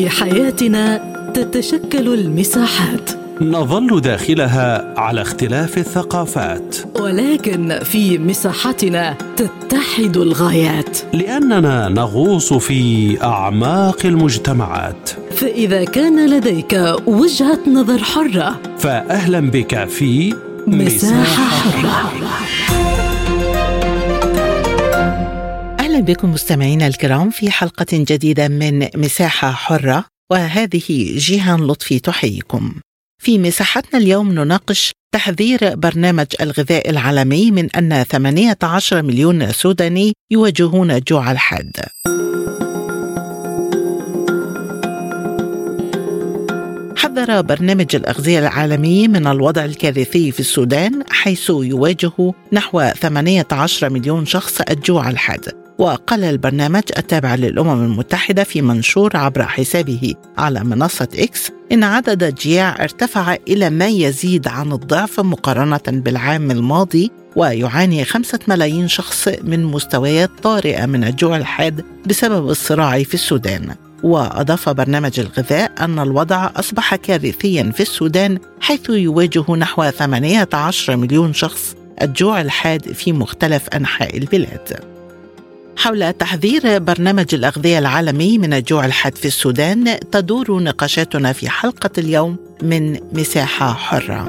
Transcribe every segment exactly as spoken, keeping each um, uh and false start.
في حياتنا تتشكل المساحات، نظل داخلها على اختلاف الثقافات، ولكن في مساحتنا تتحد الغايات، لأننا نغوص في أعماق المجتمعات. فإذا كان لديك وجهة نظر حرة، فأهلا بك في مساحة حرة. أهلا بكم مستمعينا الكرام في حلقة جديدة من مساحة حرة، وهذه جيهان لطفي تحييكم. في مساحتنا اليوم نناقش تحذير برنامج الغذاء العالمي من أن ثمانية عشر مليون سوداني يواجهون الجوع الحاد. حذر برنامج الأغذية العالمي من الوضع الكارثي في السودان، حيث يواجه نحو ثمانية عشر مليون شخص الجوع الحاد. وقال البرنامج التابع للأمم المتحدة في منشور عبر حسابه على منصة إكس إن عدد الجياع ارتفع إلى ما يزيد عن الضعف مقارنة بالعام الماضي، ويعاني خمسة ملايين شخص من مستويات طارئة من الجوع الحاد بسبب الصراع في السودان. وأضاف برنامج الغذاء أن الوضع أصبح كارثيا في السودان، حيث يواجه نحو ثمانية عشر مليون شخص الجوع الحاد في مختلف أنحاء البلاد. حول تحذير برنامج الأغذية العالمي من الجوع الحاد في السودان تدور نقاشاتنا في حلقة اليوم من مساحة حرة.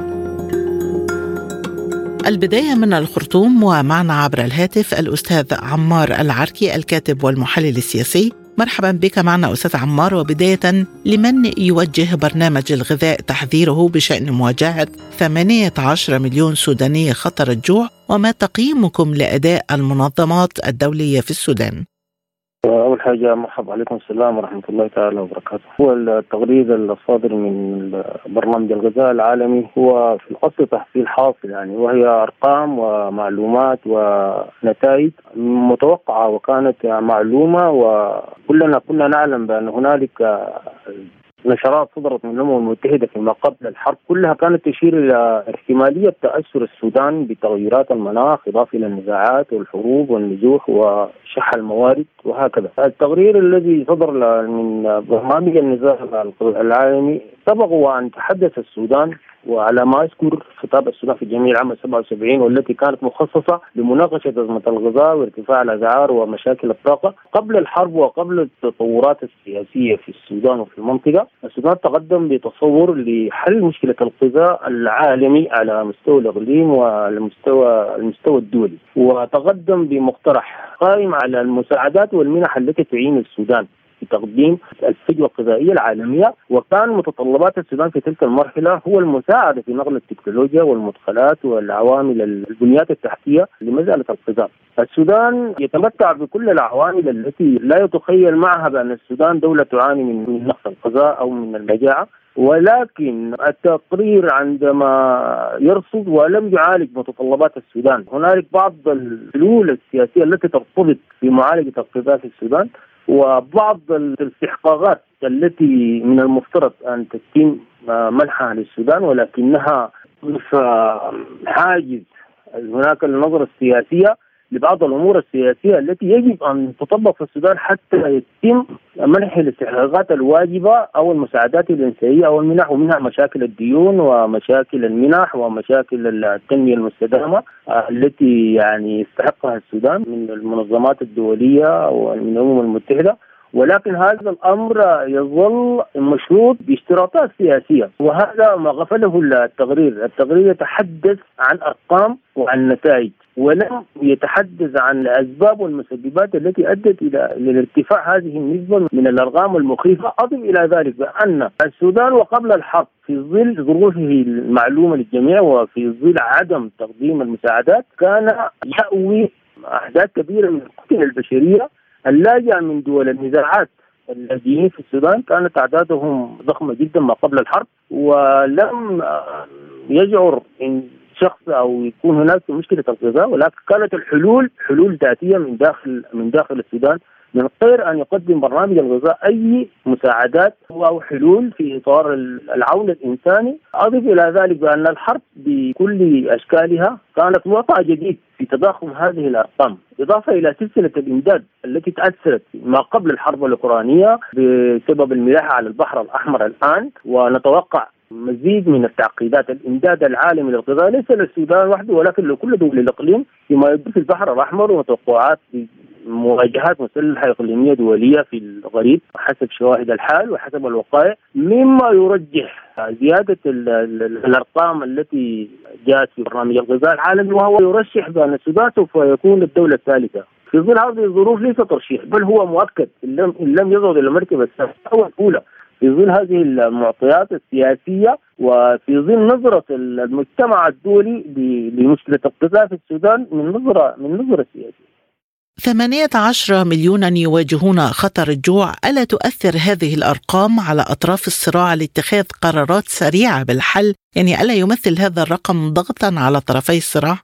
البداية من الخرطوم، ومعنا عبر الهاتف الأستاذ عمار العركي الكاتب والمحلل السياسي. مرحبا بك معنا أستاذ عمار. وبداية، لمن يوجه برنامج الغذاء تحذيره بشأن مواجهة ثمانية عشر مليون سوداني خطر الجوع، وما تقييمكم لأداء المنظمات الدولية في السودان؟ أول حاجة مرحبا عليكم السلام ورحمة الله تعالى وبركاته. هو التقرير الصادر من برنامج الغذاء العالمي هو في الأصل تحصيل حاصل، يعني وهي أرقام ومعلومات ونتائج متوقعة وكانت معلومة، وكلنا كنا نعلم بأن هنالك نشرات صدرت من الأمم المتحدة فيما قبل الحرب كلها كانت تشير إلى احتمالية تأثر السودان بتغيرات المناخ إضافة إلى النزاعات والحروب والنزوح وشح الموارد وهكذا. التقرير الذي صدر من برنامج الغذاء العالمي سبق وأن تحدث السودان، وعلى ما أذكر خطاب السودان في جميع العام سبعة وسبعين، والتي كانت مخصصة لمناقشة أزمة الغذاء وارتفاع الأسعار ومشاكل الطاقة قبل الحرب وقبل التطورات السياسية في السودان وفي المنطقة. السودان تقدم بتصور لحل مشكلة الغذاء العالمي على مستوى الإقليم والمستوى المستوى الدولي، وتقدم بمقترح قائم على المساعدات والمنح التي تعين السودان في تقديم الفجوة الغذائية العالمية. وكان متطلبات السودان في تلك المرحلة هو المساعدة في نقل التكنولوجيا والمدخلات والعوامل البنيات التحتية لمسألة الغذاء. السودان يتمتع بكل العوامل التي لا يتخيل معها بأن السودان دولة تعاني من نقص الغذاء أو من المجاعة، ولكن التقرير عندما يرصد ولم يعالج متطلبات السودان. هنالك بعض الحلول السياسية التي ترتبط بمعالجة الغذاء في السودان، وبعض الاستحقاقات التي من المفترض أن تتم منحها للسودان، ولكنها حاجز هناك النظرة السياسية لبعض الأمور السياسية التي يجب أن تطبق في السودان حتى يتم منح الاستحقاقات الواجبة أو المساعدات الإنسانية أو المنح، ومنها مشاكل الديون ومشاكل المنح ومشاكل التنمية المستدامة التي يعني يستحقها السودان من المنظمات الدولية ومن الأمم المتحدة. ولكن هذا الأمر يظل مشروط باشتراطات سياسية، وهذا ما غفله التقرير. التقرير يتحدث عن أرقام وعن نتائج، ولم يتحدث عن الأسباب والمسببات التي أدت إلى الارتفاع هذه النسبة من الأرقام المخيفة. أضف إلى ذلك بأن السودان وقبل الحرب في ظل ظروفه المعلومة للجميع وفي ظل عدم تقديم المساعدات كان يأوي أعداد كبيرة من القتل البشرية اللاجئة من دول النزاعات. اللاجئين في السودان كانت أعدادهم ضخمة جدا ما قبل الحرب، ولم يشعر إن شخص أو يكون هناك مشكلة الغذاء، ولكن كانت الحلول حلول ذاتية من داخل من داخل السودان من غير أن يقدم برنامج الغذاء أي مساعدات أو حلول في إطار العون الإنساني. أضف إلى ذلك بأن الحرب بكل أشكالها كانت وضع جديد في تضخم هذه الأرقام، إضافة إلى سلسلة الإمداد التي تأثرت ما قبل الحرب الأوكرانية بسبب الملاحة على البحر الأحمر الآن، ونتوقع مزيد من التعقيدات. الإمداد العالمي للغذاء ليس للسودان وحده ولكن لكل دول الإقليم فيما يدور في البحر الأحمر، وتوقعات مواجهات مسلحة إقليمية دولية في القريب حسب شواهد الحال وحسب الوقائع، مما يرجح زيادة الأرقام التي جاءت في برنامج الغذاء العالمي، وهو يرشح بأن السودان سوف يكون الدولة الثالثة. في ظل هذه الظروف ليس ترشيح، بل هو مؤكد إن لم, إن لم يصعد إلى المركبة الثالثة أو الأولى في ظل هذه المعطيات السياسية وفي ظل نظرة المجتمع الدولي لمشكلة الغذاء في السودان من نظرة من نظرة سياسية. ثمانية عشر مليونا يواجهون خطر الجوع. ألا تؤثر هذه الأرقام على أطراف الصراع لاتخاذ قرارات سريعة بالحل؟ يعني ألا يمثل هذا الرقم ضغطا على طرفي الصراع؟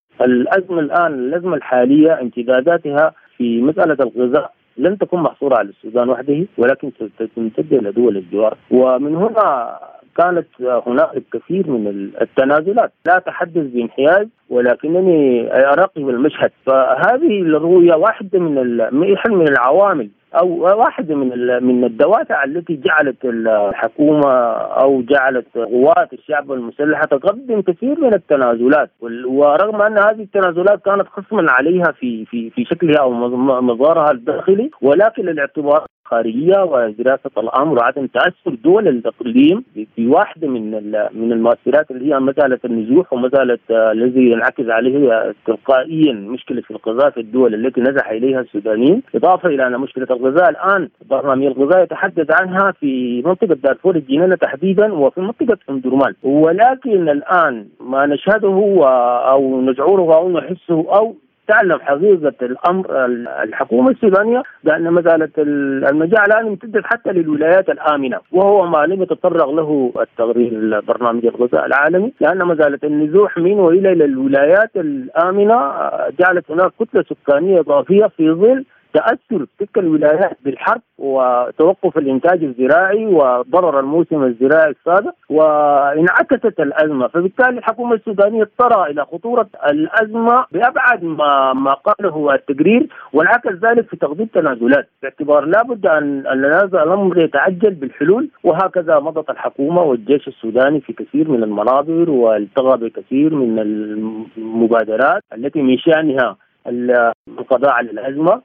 الأزمة الآن الأزمة الحالية امتداداتها في مسألة الغذاء لن تكون محصورة على السودان وحده، ولكن ستمتد إلى دول الجوار، ومن هنا كانت هناك كثير من التنازلات. لا أتحدث بانحياز ولكنني أراقب المشهد، فهذه الرؤية واحدة من من العوامل أو واحدة من من الدوافع التي جعلت الحكومة أو جعلت قوات الشعب المسلحة تقدم كثير من التنازلات، ورغم أن هذه التنازلات كانت خصما عليها في في في شكلها أو مظهرها الداخلي، ولكن الاعتبارات الخارجية ودراسة الأمر وعدم تأثر دول الإقليم في واحدة من من المؤثرات اللي هي مسألة النزوح ومسألة الذي ينعكس عليه تلقائيا مشكلة الغذاء في الدول التي نزح إليها السودانيين، إضافة إلى أن مشكلة الغذاء الآن برنامج الغذاء يتحدث عنها في منطقة دارفور الجنينة تحديدا وفي منطقة أم درمان. ولكن الآن ما نشهده أو نشعره أو نحسه أو تعلم حقيقة الأمر الحكومة السودانية بأن مسألة المجاعة الآن امتدت حتى للولايات الآمنة، وهو ما لم يتطرق له التقرير برنامج الغذاء العالمي، لأن مسألة النزوح من وإلى الولايات الآمنة جعلت هناك كتلة سكانية إضافية في ظل تأثر تلك الولايات بالحرب وتوقف الإنتاج الزراعي وضرر الموسم الزراعي السابق، وانعكست الأزمة. فبالتالي الحكومة السودانية ترى إلى خطورة الأزمة بأبعد ما ما قاله التقرير، وانعكس ذلك في تقديم تنازلات باعتبار لابد أن هذا الأمر يتعجل بالحلول. وهكذا مضت الحكومة والجيش السوداني في كثير من المناظر والتغى بكثير من المبادرات التي من شأنها القضاء على الأزمة،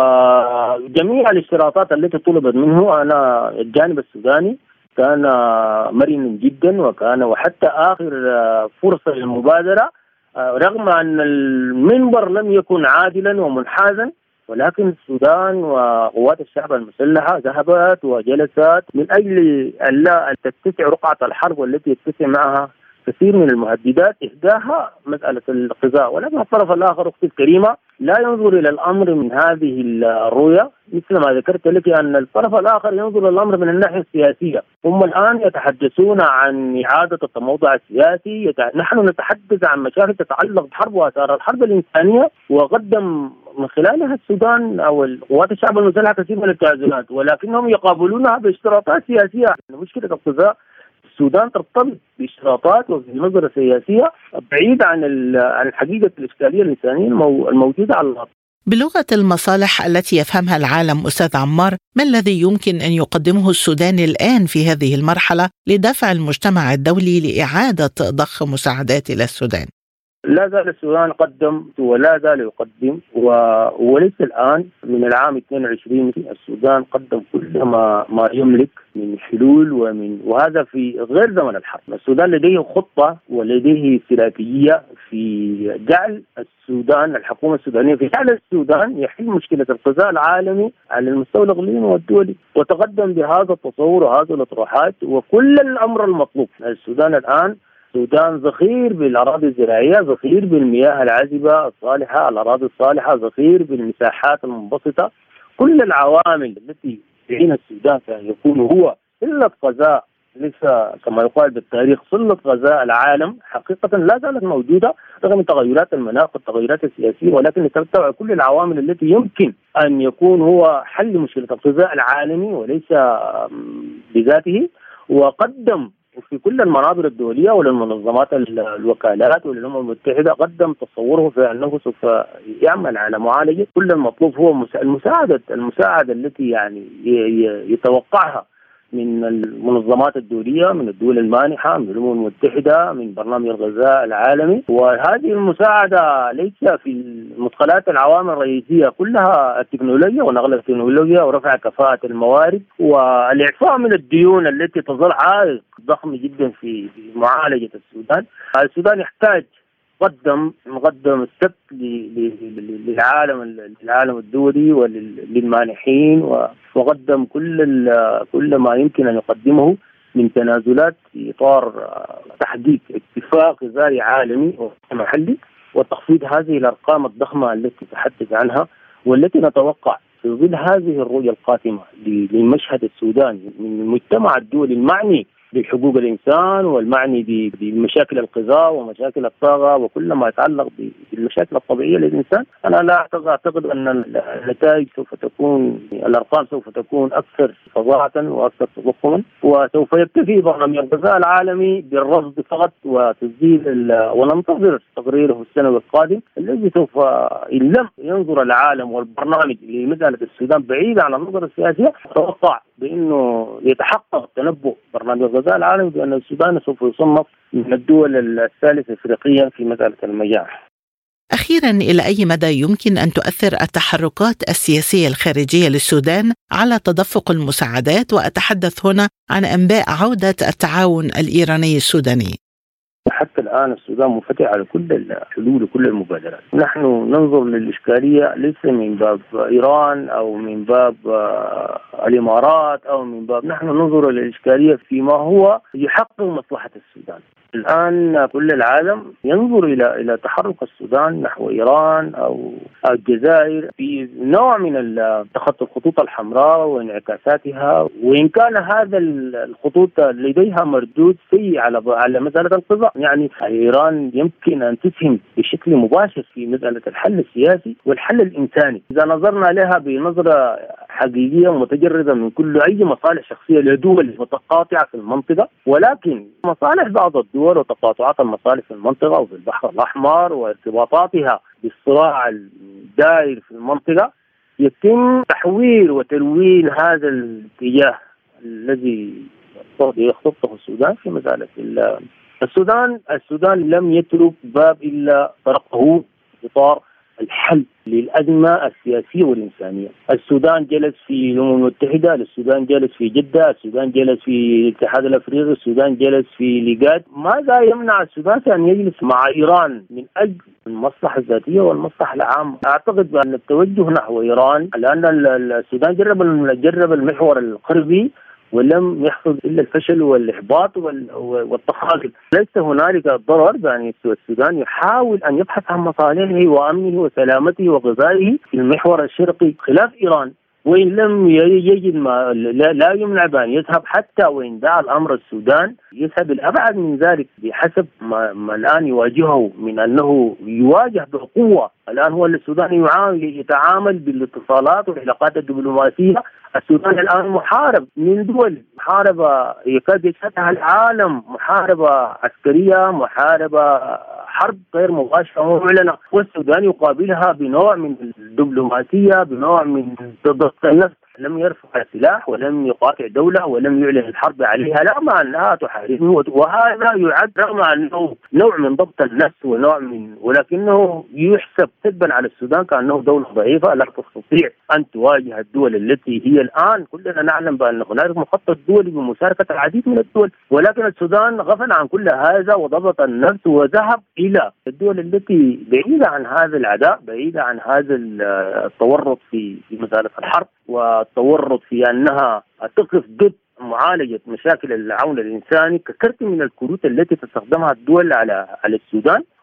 وجميع الاشتراطات التي طلبت منه أنا الجانب السوداني كان مرن جدا، وكان وحتى آخر فرصة للمبادرة رغم أن المنبر لم يكن عادلا ومنحازا، ولكن السودان وقوات الشعب المسلحة ذهبت وجلست من أجل ألا تتسع رقعة الحرب والتي يتسع معها كثير من المهددات، إحداها مسألة الغذاء. ولكن الطرف الآخر أختي الكريمة لا ينظر إلى الأمر من هذه الرؤية، مثل ما ذكرت لك أن الطرف الآخر ينظر الأمر من الناحية السياسية. هم الآن يتحدثون عن إعادة التموضع السياسي، يتع... نحن نتحدث عن مشاكل تتعلق بحرب وآثار الحرب الإنسانية، وقدم من خلالها السودان أو القوات الشعب المسلحة كثير من التعزيزات، ولكنهم يقابلونها باشتراطات سياسية. مشكلة الغذاء السودان ترتبط باشتراطات وفي نظرة سياسية بعيد عن عن الحقيقة الإشكالية الإنسانية الموجودة على الأرض. بلغة المصالح التي يفهمها العالم أستاذ عمار، ما الذي يمكن أن يقدمه السودان الآن في هذه المرحلة لدفع المجتمع الدولي لإعادة ضخ مساعدات إلى السودان؟ لا زال السودان قدم ولا زال يقدم، وليس الآن من العام اثنين وعشرين السودان قدم كل ما ما يملك من حلول ومن وهذا في غير زمن الحرب. السودان لديه خطة ولديه استراتيجية في جعل السودان الحكومة السودانية في جعل السودان يحل مشكلة الغذاء العالمي على المستوى الإقليمي والدولي، وتقدم بهذا التصور وهذه الأطروحات وكل الأمر المطلوب. السودان الآن السودان ذخير بالأراضي الزراعية، ذخير بالمياه العذبة الصالحة، الأراضي الصالحة، ذخير بالمساحات المنبسطة. كل العوامل التي تعين السودان كان يكون هو قلة غذاء لسه كما يقال بالتاريخ سلة غزاء العالم حقيقة لا زالت موجودة رغم تغيرات المناخ والتغيرات السياسية، ولكن تتبع كل العوامل التي يمكن أن يكون هو حل مشكلة الغذاء العالمي وليس بذاته. وقدم في كل المنابر الدولية وللمنظمات الوكالات وللأمم المتحدة قدم تصوره في أنه سوف يعمل على معالجة كل المطلوب هو المساعدة المساعدة التي يعني يتوقعها من المنظمات الدولية، من الدول المانحة، من الأمم المتحدة، من برنامج الغذاء العالمي. وهذه المساعدة ليس في المدخلات العوامل الرئيسية كلها التكنولوجيا ونقل التكنولوجيا ورفع كفاءة الموارد والإعفاء من الديون التي تظل عائق ضخم جدا في معالجة السودان. السودان يحتاج قدم مقدم السبت للعالم للعالم الدولي وللمانحين، وقدم كل كل ما يمكن ان يقدمه من تنازلات في اطار تحقيق اتفاق غذائي عالمي ومحلي وتخفيض هذه الارقام الضخمه التي تحدث عنها، والتي نتوقع في ظل هذه الرؤيه القاتمه للمشهد السوداني من المجتمع الدولي المعني بحقوق الإنسان والمعني بمشاكل الغذاء ومشاكل الطاقة وكل ما يتعلق بالمشاكل الطبيعية للإنسان. أنا لا أعتقد أن النتائج سوف تكون الأرقام سوف تكون أكثر فظاعة وأكثر تضخما، وسوف يكتفي برنامج الغذاء العالمي بالرصد فقط وتسجيل وننتظر تقريره السنوي القادم الذي سوف إن لم ينظر العالم والبرنامج لمسألة السودان بعيدا عن النظرة السياسية أتوقع بأنه يتحقق تنبؤ برنامج الغذاء العالمي بأن السودان سوف يصنف من الدول الثالثة إفريقيا في مسألة المجاعة. أخيراً، إلى أي مدى يمكن أن تؤثر التحركات السياسية الخارجية للسودان على تدفق المساعدات؟ وأتحدث هنا عن أنباء عودة التعاون الإيراني السوداني. حتى الآن السودان منفتح على كل الحلول وكل المبادرات. نحن ننظر للإشكالية ليس من باب إيران أو من باب الإمارات أو من باب، نحن ننظر للإشكالية فيما هو يحقق مصلحة السودان. الآن كل العالم ينظر إلى إلى تحرك السودان نحو إيران أو الجزائر في نوع من تخطي الخطوط الحمراء وانعكاساتها، وإن كان هذا الخطوط لديها مردود سيء على على مسألة القضاء. يعني إيران يمكن أن تسهم بشكل مباشر في مسألة الحل السياسي والحل الإنساني إذا نظرنا لها بنظرة حقيقية ومتجردة من كل أي مصالح شخصية لدول متقاطعة في المنطقة، ولكن مصالح بعض الدول وتقاطعات المصالح في المنطقة وفي البحر الأحمر وارتباطاتها بالصراع الدائر في المنطقة يتم تحويل وتلوين هذا الاتجاه الذي يخططه السودان في مسألة السودان. السودان لم يترك باب إلا طرقه في إطار الحل للأزمة السياسية والإنسانية. السودان جلس في الأمم المتحدة، السودان جلس في جدة، السودان جلس في الاتحاد الأفريقي، السودان جلس في ليغاد. ماذا يمنع السودان أن يجلس مع إيران من أجل المصلحة الذاتية والمصلحة العامة؟ أعتقد بأن التوجه نحو إيران، لأن السودان جرب جرب المحور الغربي ولم يحصل إلا الفشل والإحباط والتخاذل. ليس هنالك ضرر بأن السودان يحاول أن يبحث عن مصالحه وأمنه وسلامته وغذائه في المحور الشرقي خلاف إيران، وإن لم يجد ما لا يمنع بأن يذهب حتى وإن دعا الأمر السودان يذهب الأبعد من ذلك بحسب ما, ما الآن يواجهه من أنه يواجه بالقوة. الآن هو السودان يتعامل بالاتصالات والعلاقات الدبلوماسية. السودان الآن محارب من دول، محاربة يكاد يشهدها العالم، محاربة عسكرية، محاربة حرب غير مباشرة ومعلنة، والسودان يقابلها بنوع من الدبلوماسية، بنوع من ضبط النفس. لم يرفع السلاح ولم يقاطع دولة ولم يعلن الحرب عليها رغم أنها تحاربه، وهذا يعد رغم أنه نوع من ضبط النفس ونوع من، ولكنه يحسب سبا على السودان كأنه دولة ضعيفة لا تستطيع أن تواجه الدول التي هي الآن كلنا نعلم بأن هناك مخطط دولي بمشاركة العديد من الدول، ولكن السودان غفل عن كل هذا وضبط النفس وذهب إلى الدول التي بعيدة عن هذا العداء، بعيدة عن هذا التورط في مسألة الحرب والتورط في أنها تقف ضد معالجة مشاكل العون الإنساني ككرت من الكروت التي تستخدمها الدول على على السودان.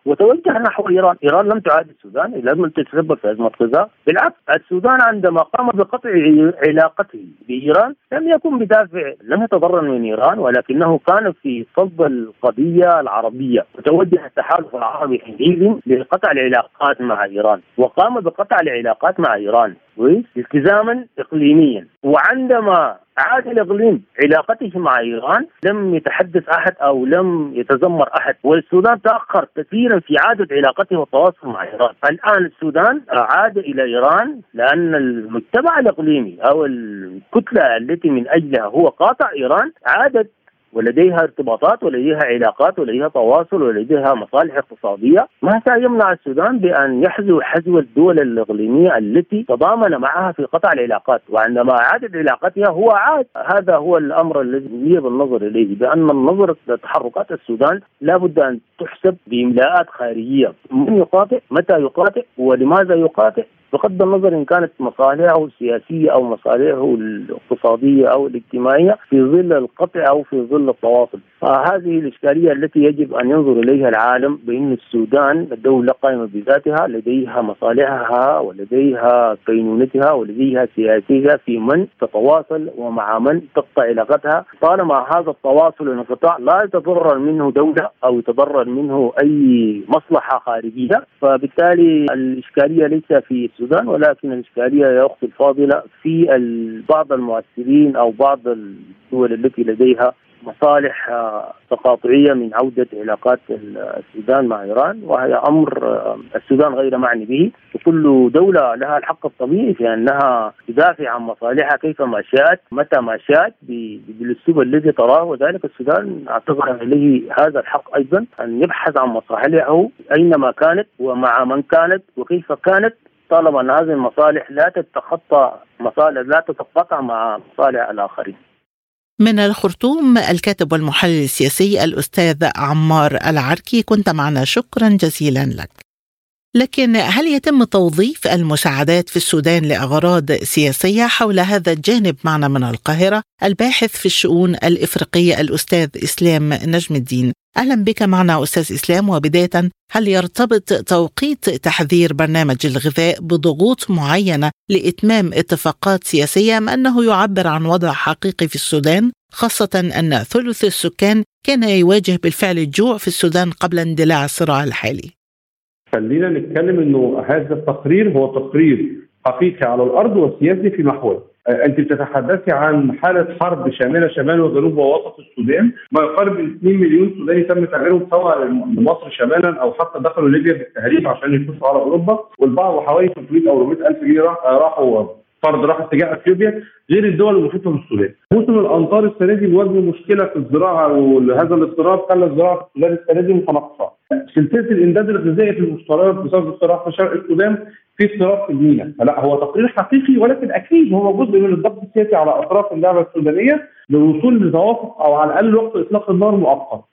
وتوجه نحو إيران. إيران لم تعادي السودان، لم تتسبب في أزمة غزة، بالعكس السودان عندما قام بقطع علاقته بإيران لم يكن بدافع، لم يتضرر من إيران، ولكنه كان في صلب القضية العربية، وتوجه التحالف العربي حينئذ لقطع العلاقات مع إيران، وقام بقطع العلاقات مع إيران التزاما إقليميا. وعندما عاد الإقليم علاقته مع إيران لم يتحدث أحد أو لم يتذمر أحد، والسودان تأخر كثيرا في إعادة علاقته والتواصل مع إيران. الآن السودان عاد إلى إيران لأن المجتمع الإقليمي أو الكتلة التي من أجلها هو قاطع إيران عادت ولديها ارتباطات ولديها علاقات ولديها تواصل ولديها مصالح اقتصادية. ما سيمنع السودان بأن يحذو حذو الدول الإقليمية التي تضامن معها في قطع العلاقات، وعندما أعادت علاقتها هو عاد. هذا هو الأمر الذي يجب النظر إليه، بأن النظر لتحركات السودان لا بد أن تحسب بإملاءات خارجية، من يقاطع، متى يقاطع، ولماذا يقاطع، بغض النظر إن كانت مصالحه السياسية أو مصالحه الاقتصادية أو الاجتماعية في ظل القطع أو في ظل التواصل. فهذه الإشكالية التي يجب أن ينظر إليها العالم، بأن السودان دولة قائمة بذاتها، لديها مصالحها ولديها قينونتها ولديها سياسيها في من تتواصل ومع من تقطع علاقتها. طالما هذا التواصل والانقطاع لا يتضرر منه دولة أو يتضرر منه أي مصلحة خارجية، فبالتالي الإشكالية ليس في السودان، ولكن الإشكالية يا أختي الفاضلة في بعض المؤثرين أو بعض الدول التي لديها مصالح تقاطعية من عودة علاقات السودان مع إيران، وهي أمر السودان غير معني به، وكل دولة لها الحق الطبيعي في أنها تدافع عن مصالحها كيفما شاءت متى ما شاءت بالأسلوب الذي تراه، وذلك السودان أعتبر له هذا الحق أيضا أن يبحث عن مصالحه أينما كانت ومع من كانت وكيف كانت، طالما أن هذه المصالح لا تتخطى مصالح لا تتقاطع مع مصالح الآخرين. من الخرطوم الكاتب والمحلل السياسي الأستاذ عمار العركي، كنت معنا، شكرا جزيلا لك. لكن هل يتم توظيف المساعدات في السودان لأغراض سياسية؟ حول هذا الجانب معنا من القاهرة الباحث في الشؤون الإفريقية الأستاذ إسلام نجم الدين. أهلا بك معنا أستاذ إسلام. وبداية، هل يرتبط توقيت تحذير برنامج الغذاء بضغوط معينة لإتمام اتفاقات سياسية، أم أنه يعبر عن وضع حقيقي في السودان، خاصة أن ثلث السكان كان يواجه بالفعل الجوع في السودان قبل اندلاع الصراع الحالي؟ خلينا نتكلم انه هذا التقرير هو تقرير حقيقي على الارض وسياسي في محور. انت بتتحدثي عن حاله حرب شامله شمال وجنوب ووسط السودان، ما يقارب من اثنين مليون سوداني تم تهجيرهم سواء لمصر شمالا او حتى دخلوا ليبيا بالتهريب عشان يخشوا على اوروبا، والبعض حوالي ثلاثمئة او أربعمئة الف جنيه راحوا فرض راح اتجاه اثيوبيا، غير الدول المحيطه بالسودان. موسم الامطار السنه دي بيواجه مشكله في الزراعه، وهذا الاضطراب خلى الزراعه في السودان السنه دي متناقصه. سلسله الامداد الغذائي في المشتريات بسبب الصراع في شرق السودان في اضطراب في المينا. فلا، هو تقرير حقيقي، ولكن اكيد هو جزء من الضغط السياسي على اطراف اللعبه السودانيه للوصول لتوافق او على الاقل وقت اطلاق النار مؤقت.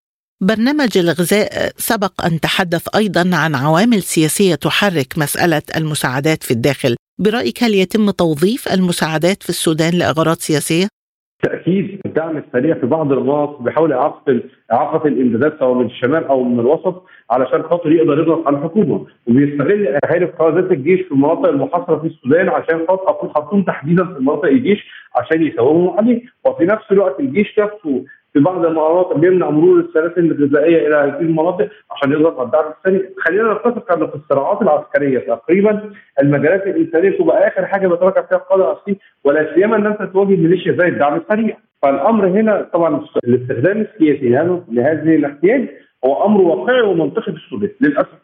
برنامج الغذاء سبق أن تحدث أيضا عن عوامل سياسية تحرك مسألة المساعدات في الداخل. برأيك هل يتم توظيف المساعدات في السودان لأغراض سياسية؟ تأكيد الدعم السريع في بعض المناطق بيحاول إعاقة إعاقة الإمدادات سواء من الشمال أو من الوسط علشان خاطر يقدر يضغط على الحكومة، وبيستغل أهالي قيادات الجيش في المناطق المحاصرة في السودان عشان خاطر أكون حاطين تحديدا في مناطق الجيش عشان يساوموا عليه، وفي نفس الوقت الجيش نفسه في بعض المناطق بيمنع مرور السلاسل الغذائيه الى هذه المناطق عشان يضغط على الدعم السريع. خلينا نتفق ان في الصراعات العسكريه تقريبا المجالات الانسانيه تبقى اخر حاجه بيتركها فيها القاده الاصلي، ولا سيما ان انت تواجه ميليشيا زي الدعم السريع. فالامر هنا طبعا الاستخدام السياسي لهذه الاحتياج هو امر واقعي ومنطقي في السودان للاسف.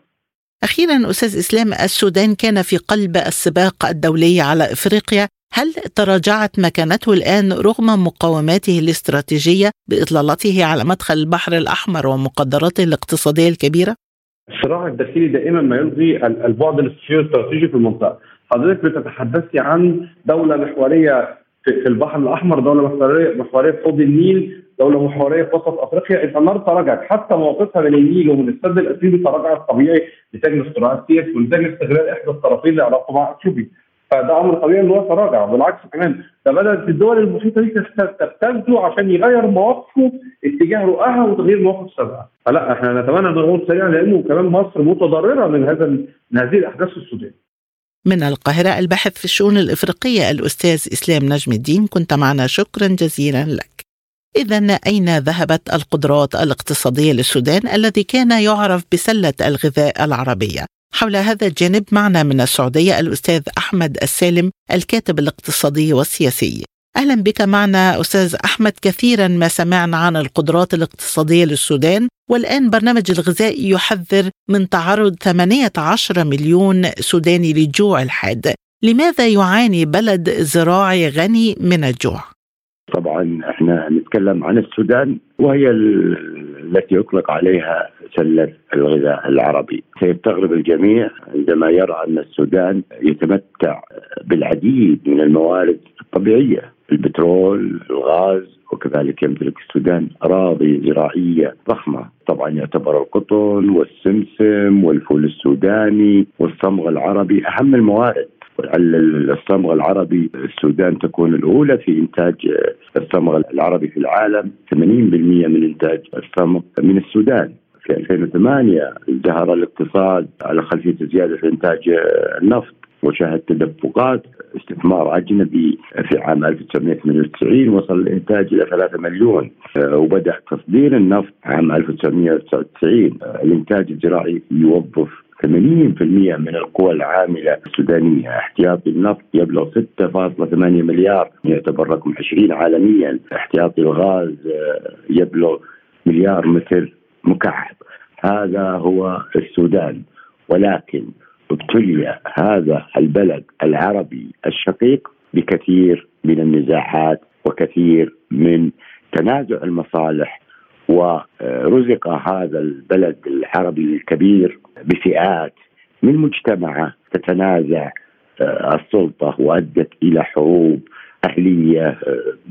أخيرا أستاذ إسلام، السودان كان في قلب السباق الدولي على إفريقيا، هل تراجعت مكانته الآن رغم مقاوماته الاستراتيجية بإطلالته على مدخل البحر الأحمر ومقدراته الاقتصادية الكبيرة؟ الصراع الداخلي دائما ما يلغي البعد الاستراتيجي في المنطقة. حضرتك بتتحدثي عن دولة محورية في البحر الأحمر، دولة محورية محورية في حوض النيل، دولة محورية في وسط أفريقيا. الأمر تراجعت، حتى موقفها من النيل ومن السد الأثيوبي تراجعت طبيعي لتجل الصراع السياسي ولتجل استغلال إحدى الطرفين لعلاقته مع أثيوبيا. فده امر طبيعي ان هو تراجع. بالعكس كمان ده بدات الدول المحيطه دي تبتزه عشان يغير مواقفه اتجاه رؤاها وتغيير مواقف سابقه. فلا احنا نتمنى ان الامور سريعا، لانه كمان مصر متضرره من هذا من هذه الاحداث في السودان. من القاهرة الباحث في الشؤون الإفريقية الأستاذ إسلام نجم الدين، كنت معنا، شكرا جزيلا لك. إذن أين ذهبت القدرات الاقتصادية للسودان الذي كان يعرف بسلة الغذاء العربية؟ حول هذا الجانب معنا من السعودية الأستاذ أحمد السالم الكاتب الاقتصادي والسياسي. أهلا بك معنا أستاذ أحمد. كثيرا ما سمعنا عن القدرات الاقتصادية للسودان، والآن برنامج الغذاء يحذر من تعرض ثمانية عشر مليون سوداني للجوع الحاد. لماذا يعاني بلد زراعي غني من الجوع؟ طبعا احنا نتكلم عن السودان، وهي التي يطلق عليها سلة الغذاء العربي. سيستغرب الجميع عندما يرى أن السودان يتمتع بالعديد من الموارد الطبيعية، البترول، الغاز، وكذلك يمتلك السودان أراضي زراعية ضخمة. طبعا يعتبر القطن والسمسم والفول السوداني والصمغ العربي أهم الموارد. الصمغ العربي، السودان تكون الأولى في إنتاج الصمغ العربي في العالم. ثمانين بالمئة من إنتاج الصمغ من السودان. في ألفين وثمانية ازدهر الاقتصاد على خلفية زيادة في إنتاج النفط، وشهد تدفقات استثمار أجنبي. في عام ألف وتسعمئة وثمانية وتسعين وصل الإنتاج إلى ثلاثة مليون، وبدأ تصدير النفط عام ألف وتسعمئة وتسعة وتسعين. الإنتاج الزراعي يوظف ثمانين بالمئة من القوى العاملة السودانية. احتياطي النفط يبلغ ستة فاصلة ثمانية مليار، يعتبر رقم عشرين عالميا. احتياطي الغاز يبلغ مليار متر مكعب. هذا هو السودان. ولكن ابتلي هذا البلد العربي الشقيق بكثير من النزاعات وكثير من تنازع المصالح، ورزق هذا البلد العربي الكبير بفئات من مجتمعه تتنازع السلطة، وأدت إلى حروب أهلية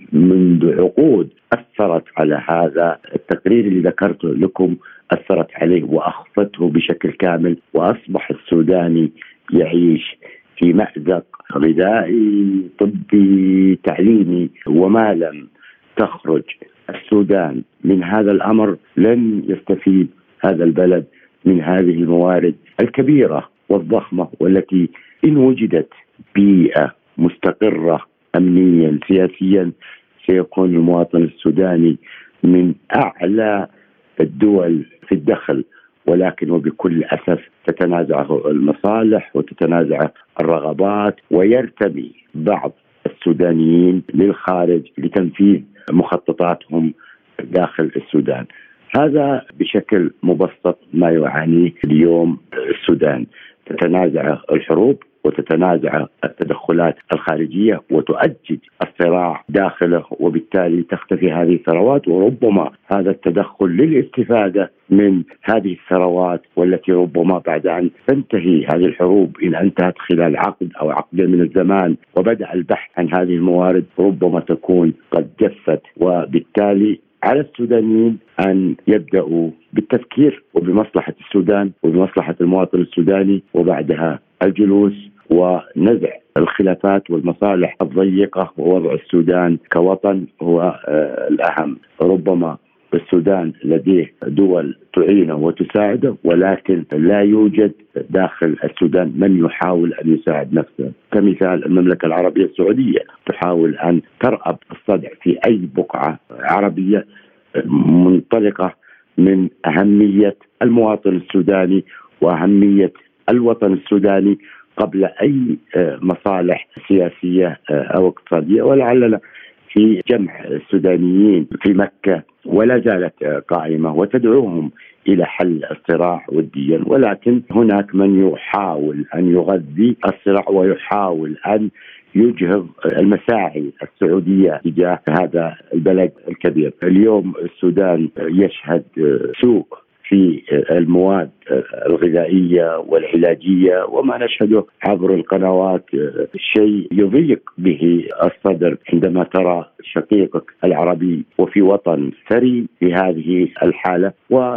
منذ عقود أثرت على هذا. التقرير اللي ذكرته لكم أثرت عليه وأخفته بشكل كامل، وأصبح السوداني يعيش في مأزق غذائي، طبي، تعليمي. وما لم تخرج السودان من هذا الأمر لن يستفيد هذا البلد من هذه الموارد الكبيرة والضخمة، والتي إن وجدت بيئة مستقرة أمنيا سياسيا سيكون المواطن السوداني من أعلى الدول في الدخل. ولكن وبكل أسف تتنازعه المصالح وتتنازعه الرغبات، ويرتمي بعض السودانيين للخارج لتنفيذ مخططاتهم داخل السودان. هذا بشكل مبسط ما يعانيه اليوم السودان. تتنازع الحروب وتتنازع التدخلات الخارجية وتؤجج الصراع داخله، وبالتالي تختفي هذه الثروات. وربما هذا التدخل للاستفادة من هذه الثروات، والتي ربما بعد أن تنتهي هذه الحروب إن انتهت خلال عقد أو عقدين من الزمان وبدأ البحث عن هذه الموارد، ربما تكون قد جفت. وبالتالي على السودانيين أن يبدأوا بالتفكير وبمصلحة السودان وبمصلحة المواطن السوداني، وبعدها الجلوس ونزع الخلافات والمصالح الضيقة، ووضع السودان كوطن هو الأهم. ربما السودان لديه دول تعينه وتساعده، ولكن لا يوجد داخل السودان من يحاول أن يساعد نفسه. كمثال المملكة العربية السعودية تحاول أن ترأب الصدع في أي بقعة عربية، منطلقة من أهمية المواطن السوداني وأهمية الوطن السوداني قبل أي مصالح سياسية أو اقتصادية. ولعلنا في جمع السودانيين في مكة ولا زالت قائمة وتدعوهم إلى حل الصراع وديا، ولكن هناك من يحاول أن يغذي الصراع ويحاول أن يجهض المساعي السعودية تجاه هذا البلد الكبير. اليوم السودان يشهد سوء في المواد الغذائية والعلاجية، وما نشهده عبر القنوات شيء يضيق به الصدر عندما ترى شقيقك العربي وفي وطن ثري في هذه الحالة.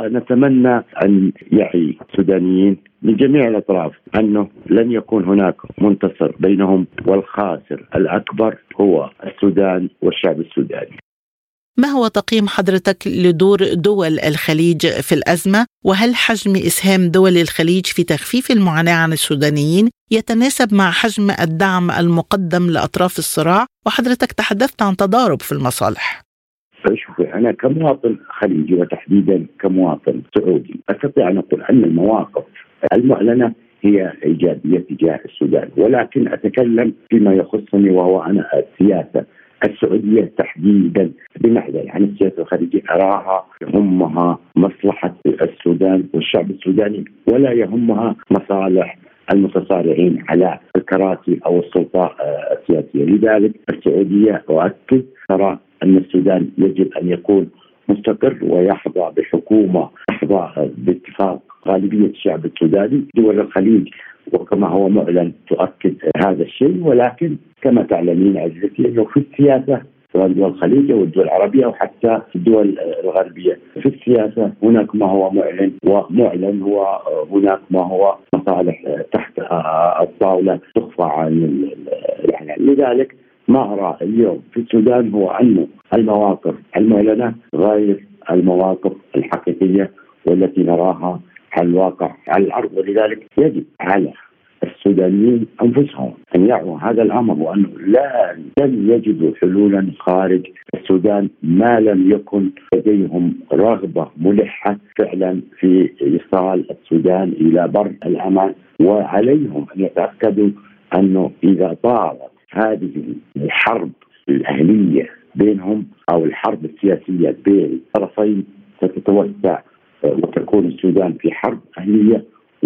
ونتمنى أن يعي السودانيين من جميع الأطراف أنه لن يكون هناك منتصر بينهم، والخاسر الأكبر هو السودان والشعب السوداني. ما هو تقييم حضرتك لدور دول الخليج في الأزمة؟ وهل حجم إسهام دول الخليج في تخفيف المعاناة عن السودانيين يتناسب مع حجم الدعم المقدم لأطراف الصراع؟ وحضرتك تحدثت عن تضارب في المصالح. شوفي، أنا كمواطن خليجي وتحديدا كمواطن سعودي أستطيع أن أقول أن المواقف المعلنة هي إيجابية تجاه السودان، ولكن أتكلم فيما يخصني وهو أنا السياسة السعودية تحديدا بمحضر عن السياسة الخارجية. أراها يهمها مصلحة السودان والشعب السوداني، ولا يهمها مصالح المتصارعين على الكراسي أو السلطة السياسية. لذلك السعودية أؤكد ترى أن السودان يجب أن يكون مستقر ويحظى بحكومة تحظى باتفاق غالبية الشعب السوداني. دول الخليج وكما هو معلن تؤكد هذا الشيء، ولكن كما تعلمين عزيزتي أنه في السياسة سواء دول الخليج والدول العربية وحتى الدول الغربية، في السياسة هناك ما هو معلن ومعلن وهناك ما هو مصالح تحت الطاولة تخفى عن الإعلان. لذلك ما أرى اليوم في السودان هو أن المواقف المعلنة غير المواقف الحقيقية والتي نراها على الواقع على الأرض. ولذلك يجب على السودانيين أنفسهم أن يعوا هذا الأمر، وأنه لا لن يجدوا حلولا خارج السودان ما لم يكن لديهم رغبة ملحة فعلا في إيصال السودان إلى بر الأمان. وعليهم أن يتأكدوا أنه إذا طالت هذه الحرب الأهلية بينهم أو الحرب السياسية بين الطرفين ستتوسع وتكون السودان في حرب أهلية.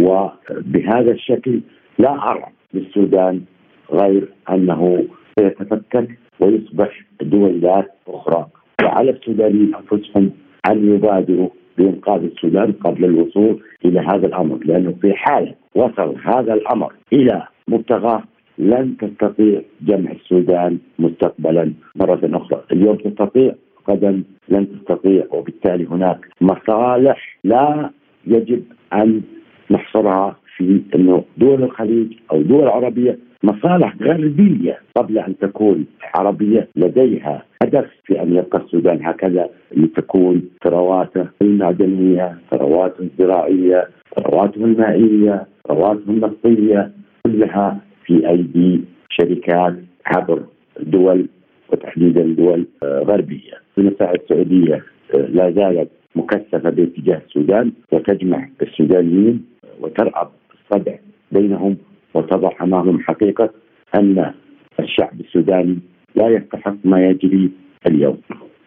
وبهذا الشكل لا أرى للسودان غير أنه سيتفكك ويصبح دولات أخرى. وعلى السودانيين أنفسهم أن يبادروا بإنقاذ السودان قبل الوصول إلى هذا الأمر، لأنه في حال وصل هذا الأمر إلى مبتغاه لن تستطيع جمع السودان مستقبلا مرة أخرى. اليوم تستطيع، غدا لن تستطيع، وبالتالي هناك مصالح لا يجب أن نحصرها في أنه دول الخليج أو دول عربية، مصالح غربية قبل أن تكون عربية لديها هدف في أن يبقى السودان هكذا، لتكون ثرواته المعدنية، ثرواته الزراعية، ثرواته المائية، ثرواته النفطية كلها في أيدي شركات عبر دول وتحديدا دول غربية. المساعي السعودية لا زالت مكثفة باتجاه السودان وتجمع السودانيين وترعب الصدع بينهم وتضع أمامهم حقيقة أن الشعب السوداني لا يستحق ما يجري اليوم.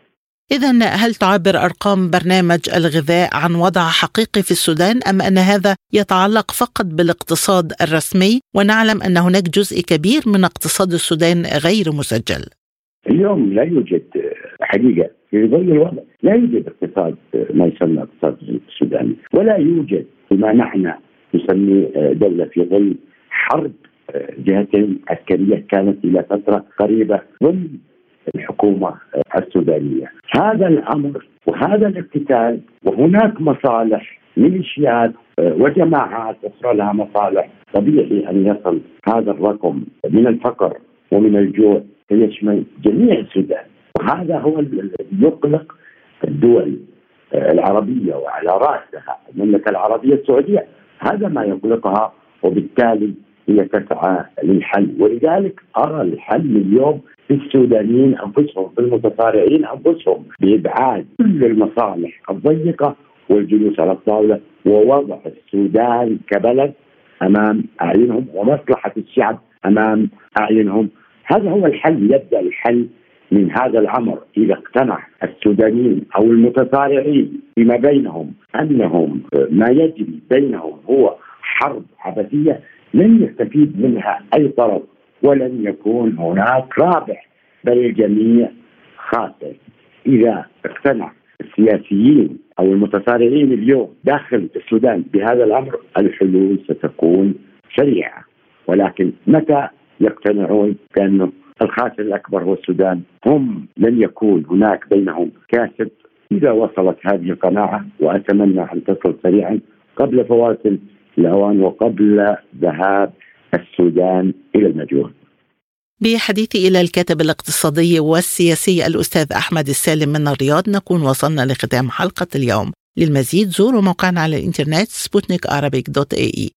إذن هل تعبر أرقام برنامج الغذاء عن وضع حقيقي في السودان، أم أن هذا يتعلق فقط بالاقتصاد الرسمي ونعلم أن هناك جزء كبير من اقتصاد السودان غير مسجل؟ اليوم لا يوجد حقيقة في ظل الوضع، لا يوجد اقتصاد ما يسمى اقتصاد السوداني، ولا يوجد بما نحن نسميه دولة في ظل حرب جهتين عسكرية كانت إلى فترة قريبة ضمن الحكومة السودانية. هذا الأمر وهذا الاقتتال، وهناك مصالح ميليشيات وجماعات أخرى لها مصالح، طبيعي أن يصل هذا الرقم من الفقر ومن الجوع يشمل جميع السودان. وهذا هو الذي يقلق الدول العربية وعلى رأسها المملكة العربية السعودية، هذا ما يقلقها، وبالتالي هي تسعى للحل. ولذلك أرى الحل اليوم في السودانيين أنفسهم، في المتصارعين أنفسهم، بإبعاد كل المصالح الضيقة والجلوس على الطاولة ووضع السودان كبلد أمام أعينهم ومصلحة الشعب أمام أعينهم. هذا هو الحل. يبدأ الحل من هذا الأمر. إذا اقتنع السودانيين أو المتصارعين فيما بينهم أنهم ما يجري بينهم هو حرب عبثية، لن يستفيد منها أي طرف ولن يكون هناك رابح، بل الجميع خاسر. إذا اقتنع السياسيين أو المتصارعين اليوم داخل السودان بهذا الأمر، الحلول ستكون سريعة. ولكن متى يقتنعون بأنه الخاسر الأكبر هو السودان؟ هم لن يكون هناك بينهم كاسب إذا وصلت هذه القناعة، وأتمنى أن تصل سريعا قبل فوات الأوان وقبل ذهاب السودان إلى المجهول. بحديثي إلى الكاتب الاقتصادي والسياسي الأستاذ أحمد السالم من الرياض نكون وصلنا لختام حلقة اليوم. للمزيد زوروا موقعنا على الإنترنت سبوتنيك أرابيك دوت إيه إي.